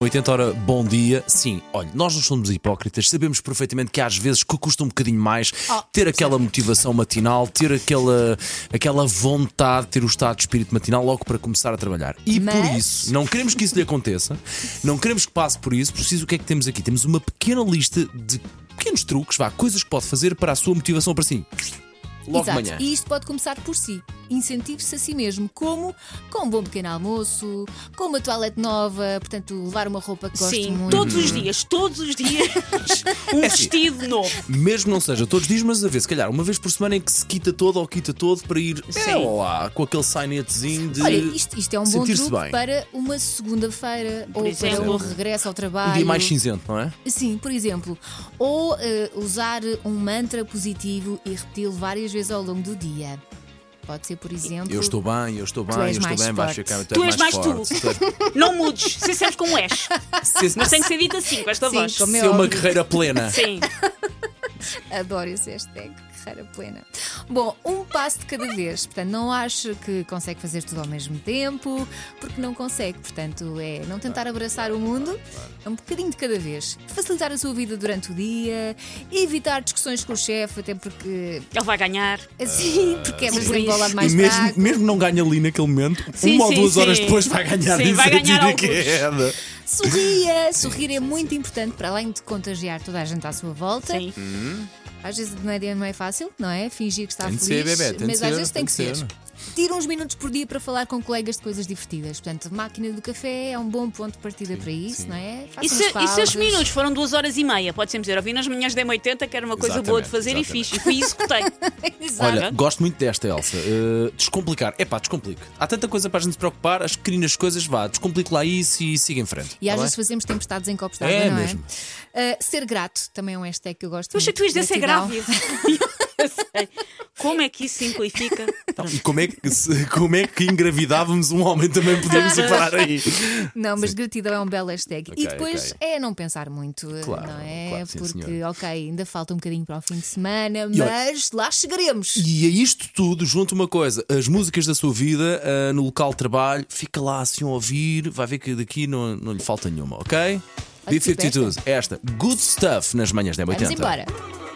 80 hora, bom dia. Sim, olha, nós não somos hipócritas, sabemos perfeitamente que às vezes que custa um bocadinho mais ter aquela motivação matinal, ter aquela vontade, ter o estado de espírito matinal logo para começar a trabalhar. E por isso, não queremos que isso lhe aconteça, não queremos que passe por isso. Preciso, o que é que temos aqui? Temos uma pequena lista de pequenos truques, coisas que pode fazer para a sua motivação para si. Logo de manhã. E isto pode começar por si. Incentive-se a si mesmo. Como? Com um bom pequeno almoço, com uma toalete nova, portanto, levar uma roupa que gosto muito. Todos os dias, um vestido novo. Mesmo não seja todos os dias, mas a ver, se calhar uma vez por semana em que se quita todo ou quita todo para ir lá com aquele sainetezinho de. Olha, isto é um bom truque bem. para uma segunda-feira ou exemplo. para um regresso ao trabalho. Um dia mais cinzento, não é? Sim, por exemplo. Ou usar um mantra positivo e repeti-lo várias vezes ao longo do dia. Pode ser, por exemplo. Eu estou bem, vais ficar. Tu és mais forte. Não mudes, se serve como és. Mas tem que ser dito assim, com esta voz. como é Ser uma óbvio. carreira plena. Sim. Adoro esse hashtag, carreira plena. Bom, um passo de cada vez. Portanto, não acho que consegue fazer tudo ao mesmo tempo, porque não consegue. Portanto, é não tentar abraçar o mundo, é um bocadinho de cada vez. Facilitar a sua vida durante o dia, evitar discussões com o chefe, até porque. Ele vai ganhar. Assim, porque é por sempre isso. ao lado mais E fraco. mesmo não ganha ali naquele momento, Sim, uma ou sim, duas horas sim. depois vai ganhar Sim, em vai ganhar sentido alguns. queda. Sorria! Sorrir é muito importante, para além de contagiar toda a gente à sua volta. Sim. Às vezes não é fácil, não é? Fingir que está Tem de feliz, ser, bebé, tem de mas ser, às vezes tem tem que de ser. ser. Tira uns minutos por dia para falar com colegas de coisas divertidas. Portanto, máquina do café é um bom ponto de partida para isso, não é? E Faça se, uns e se pausas. os minutos foram 2 horas e meia? Pode sempre dizer, ouvi nas manhãs da M80 que era uma coisa boa de fazer Exatamente. e fiz. E fui e executei. Exato. Olha, gosto muito desta, Elsa. Descomplicar. Descomplique. Há tanta coisa para a gente se preocupar, as pequenas coisas, descomplique lá isso e siga em frente. E às Tá vezes bem? fazemos tempestades em copos de água, É não mesmo. é? Ser grato também é um hashtag que eu gosto Tu achas muito. que tu ias dizer ser Gratidão. grávida? Eu sei. Como é que isso simplifica? Então, e como é que engravidávamos um homem também podemos separar aí? Não, mas gratidão é um belo hashtag. Ok, E depois ok. é não pensar muito, Claro, não é? claro, sim, Porque, senhora. ok, ainda falta um bocadinho para o fim de semana, E olha- mas lá chegaremos. E a isto tudo, junto uma coisa, as músicas da sua vida no local de trabalho, fica lá assim a ouvir, vai ver que daqui não lhe falta nenhuma, ok? Olha, tipo B52, esta Good Stuff nas manhãs da Vamos 80. embora.